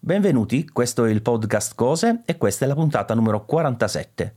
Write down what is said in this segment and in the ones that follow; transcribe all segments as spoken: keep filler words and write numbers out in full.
Benvenuti, questo è il podcast Cose e questa è la puntata numero quarantasette.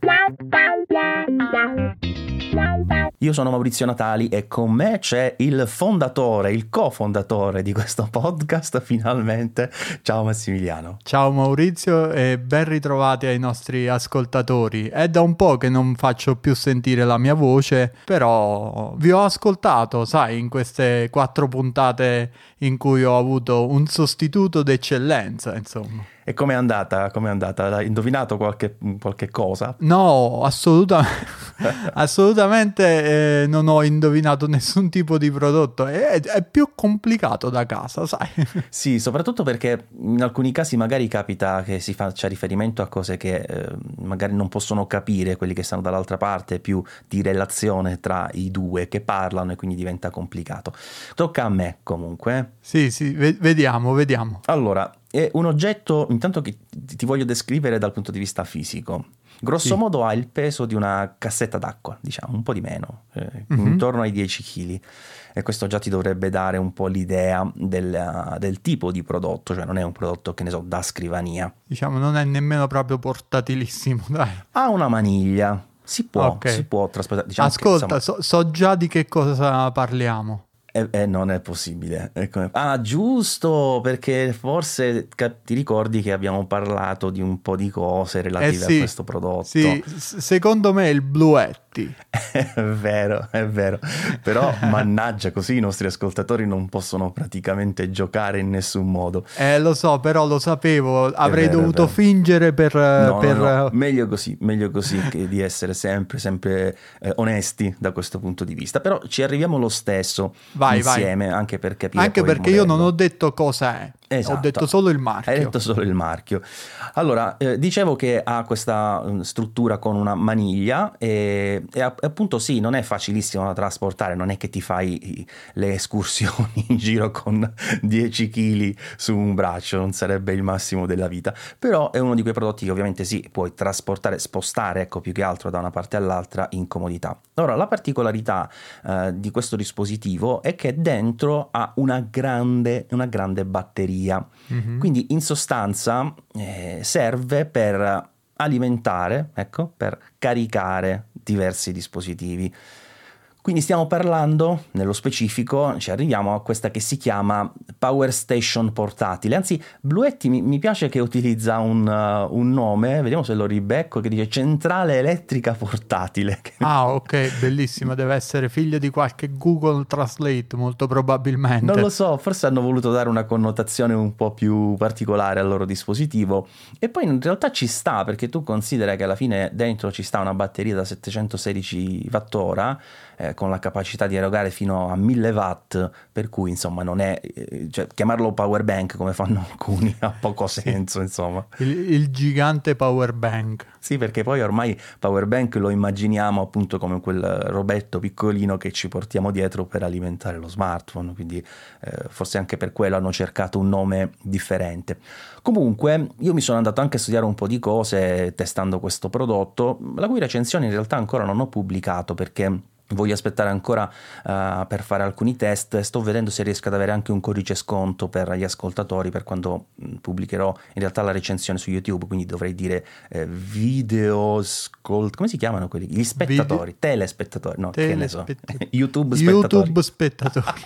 Io sono Maurizio Natali e con me c'è il fondatore, il cofondatore di questo podcast, finalmente. Ciao Massimiliano. Ciao Maurizio e ben ritrovati ai nostri ascoltatori. È da un po' che non faccio più sentire la mia voce, però vi ho ascoltato, sai, in queste quattro puntate in cui ho avuto un sostituto d'eccellenza, insomma. E com'è andata? Com'è andata? Hai indovinato qualche, qualche cosa? No, assolutamente, assolutamente eh, non ho indovinato nessun tipo di prodotto. È, è più complicato da casa, sai? Sì, soprattutto perché in alcuni casi magari capita che si faccia riferimento a cose che eh, magari non possono capire quelli che stanno dall'altra parte, più di relazione tra i due che parlano e quindi diventa complicato. Tocca a me comunque. Sì, sì, ve- vediamo, vediamo. Allora, è un oggetto, intanto che ti voglio descrivere dal punto di vista fisico. Grosso Sì. modo ha il peso di una cassetta d'acqua, diciamo, un po' di meno, eh, Mhm. intorno ai dieci chili. E questo già ti dovrebbe dare un po' l'idea del, del tipo di prodotto, cioè non è un prodotto, che ne so, da scrivania. Diciamo, non è nemmeno proprio portatilissimo, dai. Ha una maniglia, si può, Ok. si può trasportare. Diciamo che, Ascolta, insomma, so, so già di che cosa parliamo. Eh, eh, non è possibile. È come- Ah, giusto, perché forse ca- ti ricordi che abbiamo parlato di un po' di cose relative Eh sì, a questo prodotto. Sì, s- secondo me è il Bluetti. È vero, è vero. Però, mannaggia, così i nostri ascoltatori non possono praticamente giocare in nessun modo. Eh, lo so, però lo sapevo, avrei vero, è dovuto vero. fingere per... No, per no, no, meglio così, meglio così che di essere sempre, sempre eh, onesti da questo punto di vista. Però ci arriviamo lo stesso Vai, insieme, anche per capire Anche poi il perché io non modello. ho detto cosa è, Esatto. ho detto solo il marchio. Hai detto solo il marchio. Allora, eh, dicevo che ha questa eh, struttura con una maniglia e, e a- appunto sì, non è facilissimo da trasportare, non è che ti fai i- le escursioni in giro con dieci chili su un braccio, non sarebbe il massimo della vita, però è uno di quei prodotti che ovviamente sì, puoi trasportare, spostare, ecco, più che altro da una parte all'altra in comodità. Ora, la particolarità eh, di questo dispositivo è che dentro ha una grande, una grande batteria. Mhm. Quindi in sostanza eh, serve per alimentare, ecco, per caricare diversi dispositivi. Quindi stiamo parlando, nello specifico, ci arriviamo a questa che si chiama Power Station portatile. Anzi, Bluetti mi, mi piace che utilizza un, uh, un nome, vediamo se lo ribecco, che dice centrale elettrica portatile. Ah, ok, bellissima, deve essere figlio di qualche Google Translate, molto probabilmente. Non lo so, forse hanno voluto dare una connotazione un po' più particolare al loro dispositivo e poi in realtà ci sta, perché tu considera che alla fine dentro ci sta una batteria da settecentosedici watt-ora eh, con la capacità di erogare fino a mille watt, per cui insomma non è, eh, cioè, chiamarlo power bank come fanno alcuni ha poco senso, insomma. Il, il gigante power bank. Sì, perché poi ormai power bank lo immaginiamo appunto come quel robetto piccolino che ci portiamo dietro per alimentare lo smartphone, quindi eh, forse anche per quello hanno cercato un nome differente. Comunque io mi sono andato anche a studiare un po' di cose testando questo prodotto, la cui recensione in realtà ancora non ho pubblicato perché voglio aspettare ancora uh, per fare alcuni test. Sto vedendo se riesco ad avere anche un codice sconto per gli ascoltatori per quando mh, pubblicherò in realtà la recensione su YouTube, quindi dovrei dire eh, video scol- come si chiamano quelli? Gli spettatori, Video... telespettatori, no, che ne so, Telespett- YouTube spettatori. YouTube spettatori.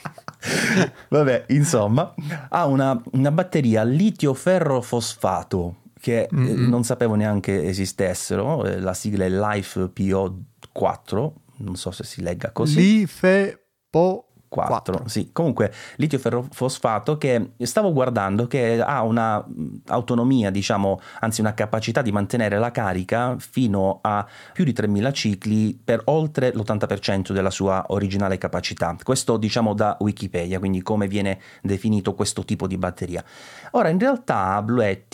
Vabbè, insomma, ha una, una batteria litio-ferro-fosfato che eh, Mm-mm. non sapevo neanche esistessero, eh, la sigla è LiFe P O quattro, non so se si legga così. Life po quattro, sì. Comunque litio ferrofosfato, che stavo guardando che ha una mh, autonomia, diciamo, anzi una capacità di mantenere la carica fino a più di tremila cicli per oltre l'ottanta per cento della sua originale capacità. Questo diciamo da Wikipedia, quindi come viene definito questo tipo di batteria. Ora in realtà Bluetti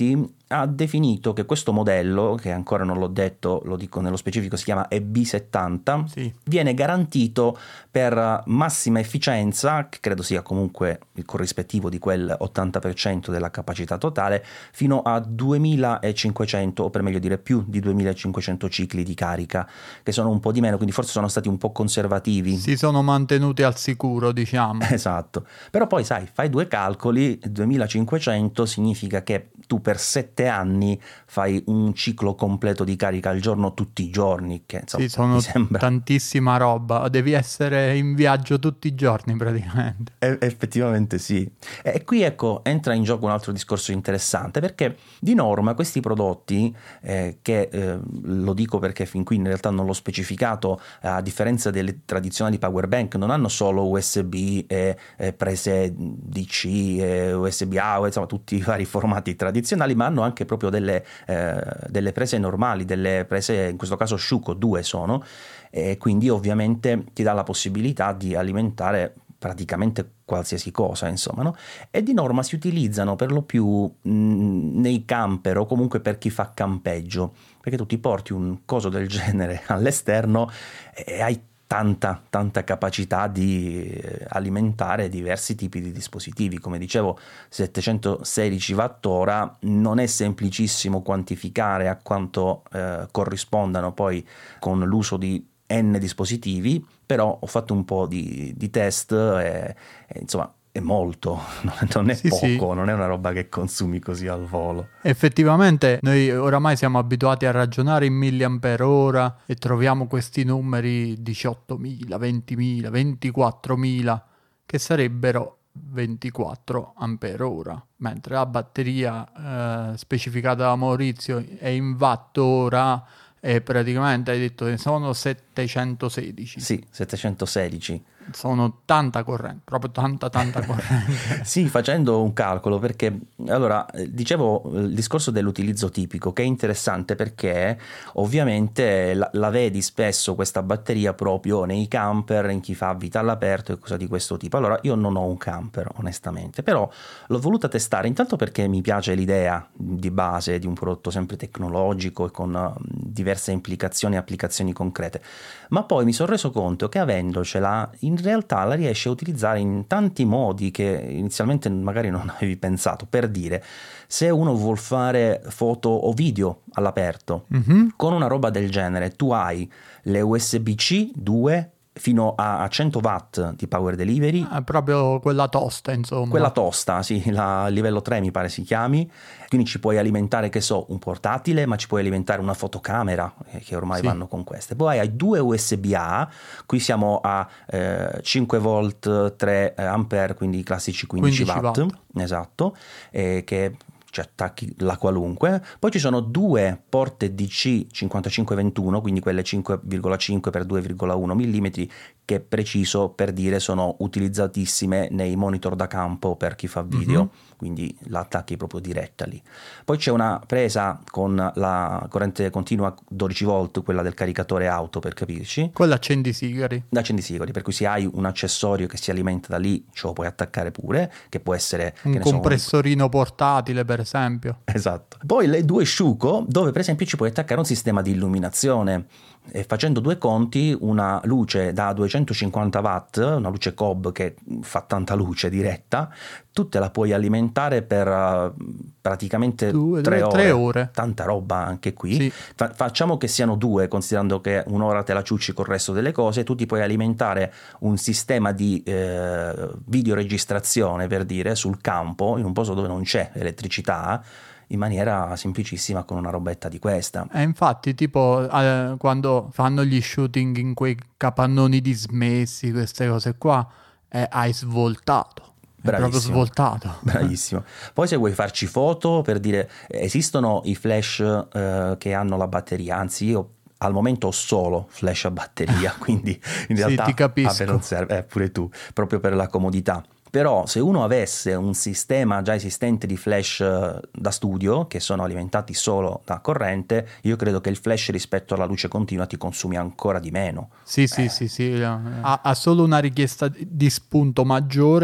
ha definito che questo modello, che ancora non l'ho detto, lo dico nello specifico, si chiama E B settanta, sì. viene garantito per massima efficienza, che credo sia comunque il corrispettivo di quel ottanta per cento della capacità totale, fino a duemilacinquecento, o per meglio dire più di duemilacinquecento cicli di carica, che sono un po' di meno, quindi forse sono stati un po' conservativi. Si sono mantenuti al sicuro, diciamo. Esatto, però poi sai, fai due calcoli, duemilacinquecento significa che tu per sette anni fai un ciclo completo di carica al giorno tutti i giorni, che insomma, sì, sono mi sembra... tantissima roba, devi essere in viaggio tutti i giorni praticamente. E- effettivamente sì. E qui ecco entra in gioco un altro discorso interessante, perché di norma questi prodotti, eh, che eh, lo dico perché fin qui in realtà non l'ho specificato, a differenza delle tradizionali power bank, non hanno solo U S B e, e prese D C e U S B A, insomma tutti i vari formati tradizionali, ma hanno anche proprio delle, eh, delle prese normali, delle prese in questo caso Sciuco, due sono, e quindi ovviamente ti dà la possibilità di alimentare praticamente qualsiasi cosa, insomma, no? E di norma si utilizzano per lo più mh, nei camper o comunque per chi fa campeggio, perché tu ti porti un coso del genere all'esterno e hai tanta tanta capacità di alimentare diversi tipi di dispositivi. Come dicevo, settecentosedici watt-ora, non è semplicissimo quantificare a quanto eh, corrispondano poi con l'uso di N dispositivi, però ho fatto un po' di, di test e, e insomma è molto, non è sì, poco, sì. Non è una roba che consumi così al volo. Effettivamente noi oramai siamo abituati a ragionare in milliampere ora e troviamo questi numeri diciottomila, ventimila, ventiquattromila, che sarebbero ventiquattro ampere ora, mentre la batteria eh, specificata da Maurizio è in watt ora e praticamente hai detto che sono settecentosedici. Sì, settecentosedici. Sono tanta corrente, proprio tanta tanta corrente. Sì, facendo un calcolo, perché allora dicevo il discorso dell'utilizzo tipico, che è interessante perché ovviamente la, la vedi spesso questa batteria proprio nei camper, in chi fa vita all'aperto e cose di questo tipo. Allora io non ho un camper onestamente, però l'ho voluta testare intanto perché mi piace l'idea di base di un prodotto sempre tecnologico e con uh, diverse implicazioni e applicazioni concrete, ma poi mi sono reso conto che avendocela in realtà la riesci a utilizzare in tanti modi che inizialmente magari non avevi pensato. Per dire, se uno vuol fare foto o video all'aperto, mm-hmm. con una roba del genere tu hai le U S B C due fino a cento watt di power delivery. È proprio quella tosta, insomma. Quella tosta, sì, la livello tre mi pare si chiami. Quindi ci puoi alimentare, che so, un portatile, ma ci puoi alimentare una fotocamera, eh, che ormai sì. vanno con queste. Poi hai due U S B A, qui siamo a eh, cinque volt, tre ampere, quindi i classici quindici, quindici watt. watt. Esatto, eh, che ci attacchi la qualunque. Poi ci sono due porte D C cinquantacinque ventuno, quindi quelle cinque virgola cinque per due virgola uno millimetri, che preciso per dire sono utilizzatissime nei monitor da campo per chi fa video, mm-hmm. quindi l'attacchi proprio diretta lì. Poi c'è una presa con la corrente continua dodici volt, quella del caricatore auto, per capirci. Con l'accendisigari. L'accendisigari, per cui se hai un accessorio che si alimenta da lì, ce lo puoi attaccare pure, che può essere un che compressorino so, un... portatile per esempio. Esatto. Poi le due Sciuco, dove per esempio ci puoi attaccare un sistema di illuminazione, e facendo due conti, una luce da duecentocinquanta watt, una luce C O B che fa tanta luce diretta, tu te la puoi alimentare per uh, praticamente due, tre, due, ore. tre ore. Tanta roba anche qui. Sì. Fa- facciamo che siano due, considerando che un'ora te la ciucci col resto delle cose, tu ti puoi alimentare un sistema di eh, videoregistrazione, per dire, sul campo, in un posto dove non c'è elettricità, in maniera semplicissima con una robetta di questa. E infatti tipo eh, quando fanno gli shooting in quei capannoni dismessi, queste cose qua, eh, hai svoltato. È Bravissimo. proprio svoltato. Bravissimo. Poi se vuoi farci foto, per dire, esistono i flash eh, che hanno la batteria, anzi io al momento ho solo flash a batteria, quindi in realtà sì, ti capisco. A me non serve, eh, pure tu, proprio per la comodità. Però se uno avesse un sistema già esistente di flash da studio, che sono alimentati solo da corrente, io credo che il flash rispetto alla luce continua ti consumi ancora di meno. Sì, eh. sì, sì, sì. Ha, ha solo una richiesta di spunto maggiore,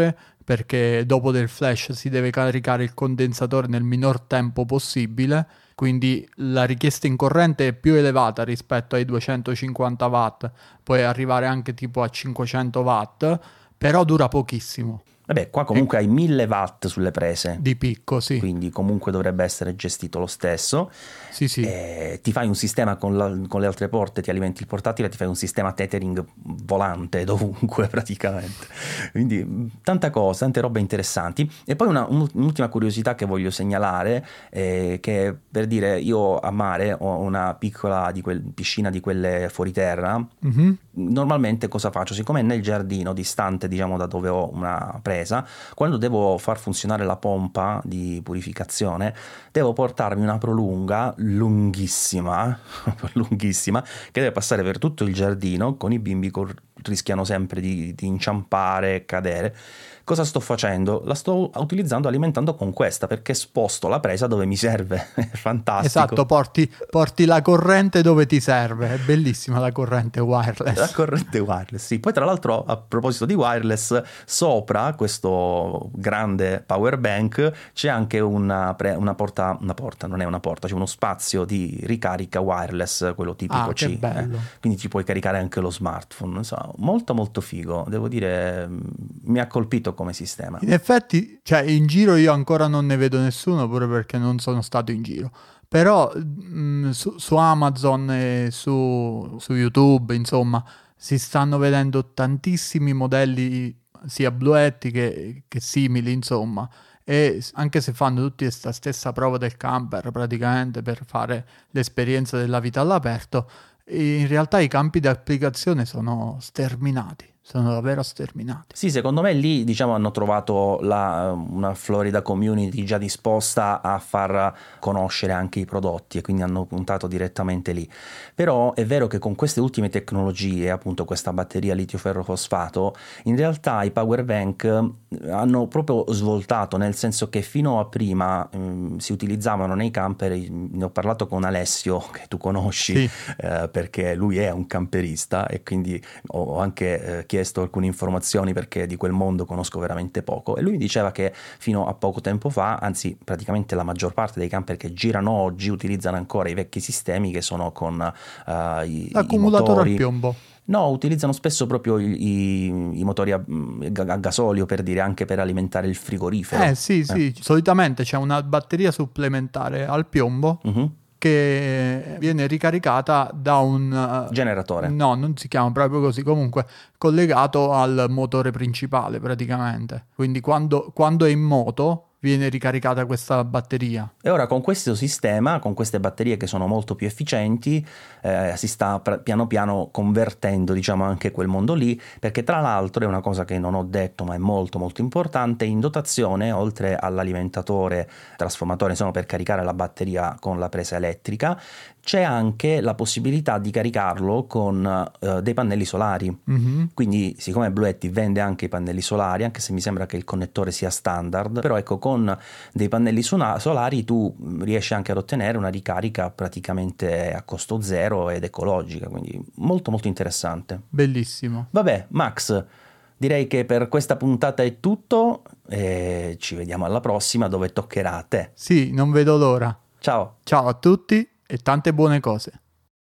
perché dopo del flash si deve caricare il condensatore nel minor tempo possibile, quindi la richiesta in corrente è più elevata rispetto ai duecentocinquanta watt, puoi arrivare anche tipo a cinquecento watt, però dura pochissimo. Vabbè, qua comunque e... hai mille watt sulle prese. Di picco, sì. Quindi comunque dovrebbe essere gestito lo stesso. Sì, sì. E ti fai un sistema con, la, con le altre porte, ti alimenti il portatile, ti fai un sistema tethering volante dovunque praticamente. Quindi tanta cosa, tante robe interessanti. E poi una, un'ultima curiosità che voglio segnalare, eh, che per dire, io a mare ho una piccola di quel, piscina di quelle fuori terra. Mm-hmm. Normalmente cosa faccio? Siccome è nel giardino, distante diciamo da dove ho una presa, quando devo far funzionare la pompa di purificazione devo portarmi una prolunga lunghissima lunghissima che deve passare per tutto il giardino, con i bimbi cor- rischiano sempre di, di inciampare e cadere. Cosa sto facendo? La sto utilizzando, alimentando con questa, perché sposto la presa dove mi serve. È fantastico. Esatto, porti, porti la corrente dove ti serve. È bellissima la corrente wireless. La corrente wireless, sì. Poi tra l'altro, a proposito di wireless, sopra questo grande power bank c'è anche una, pre- una porta, una porta, non è una porta, c'è uno spazio di ricarica wireless, quello tipico ah, C. Che bello. Eh? Quindi ci puoi caricare anche lo smartphone. Non so, molto molto figo. Devo dire, mi ha colpito come sistema. In effetti, cioè in giro io ancora non ne vedo nessuno, pure perché non sono stato in giro. Però mh, su, su Amazon e su, su YouTube, insomma, si stanno vedendo tantissimi modelli, sia bluetti che, che simili, insomma. E anche se fanno tutti questa stessa prova del camper, praticamente, per fare l'esperienza della vita all'aperto, in realtà i campi di applicazione sono sterminati. Sono davvero sterminati. Sì, secondo me lì diciamo hanno trovato la, una Florida community già disposta a far conoscere anche i prodotti e quindi hanno puntato direttamente lì. Però è vero che con queste ultime tecnologie, appunto questa batteria litio-ferro-fosfato, in realtà i power bank hanno proprio svoltato, nel senso che fino a prima ehm, si utilizzavano nei camper, ne ho parlato con Alessio che tu conosci, sì. eh, perché lui è un camperista e quindi ho anche eh, chiesto alcune informazioni perché di quel mondo conosco veramente poco, e lui diceva che fino a poco tempo fa, anzi praticamente la maggior parte dei camper che girano oggi utilizzano ancora i vecchi sistemi che sono con uh, i, l'accumulatore i motori. al piombo. No, utilizzano spesso proprio i, i, i motori a, a gasolio, per dire, anche per alimentare il frigorifero. Eh sì, eh. sì, solitamente c'è una batteria supplementare al piombo uh-huh. che viene ricaricata da un generatore. No, non si chiama proprio così, comunque collegato al motore principale praticamente. Quindi quando, quando è in moto viene ricaricata questa batteria. E ora con questo sistema, con queste batterie che sono molto più efficienti, eh, si sta pr- piano piano convertendo, diciamo, anche quel mondo lì, perché tra l'altro è una cosa che non ho detto ma è molto molto importante: in dotazione, oltre all'alimentatore trasformatore, insomma, per caricare la batteria con la presa elettrica, c'è anche la possibilità di caricarlo con uh, dei pannelli solari. Mm-hmm. Quindi siccome Bluetti vende anche i pannelli solari, anche se mi sembra che il connettore sia standard, però ecco, con dei pannelli solari tu riesci anche ad ottenere una ricarica praticamente a costo zero ed ecologica, quindi molto molto interessante. Bellissimo. Vabbè, Max, direi che per questa puntata è tutto e ci vediamo alla prossima, dove toccherà a te. Sì, non vedo l'ora. Ciao. Ciao a tutti e tante buone cose.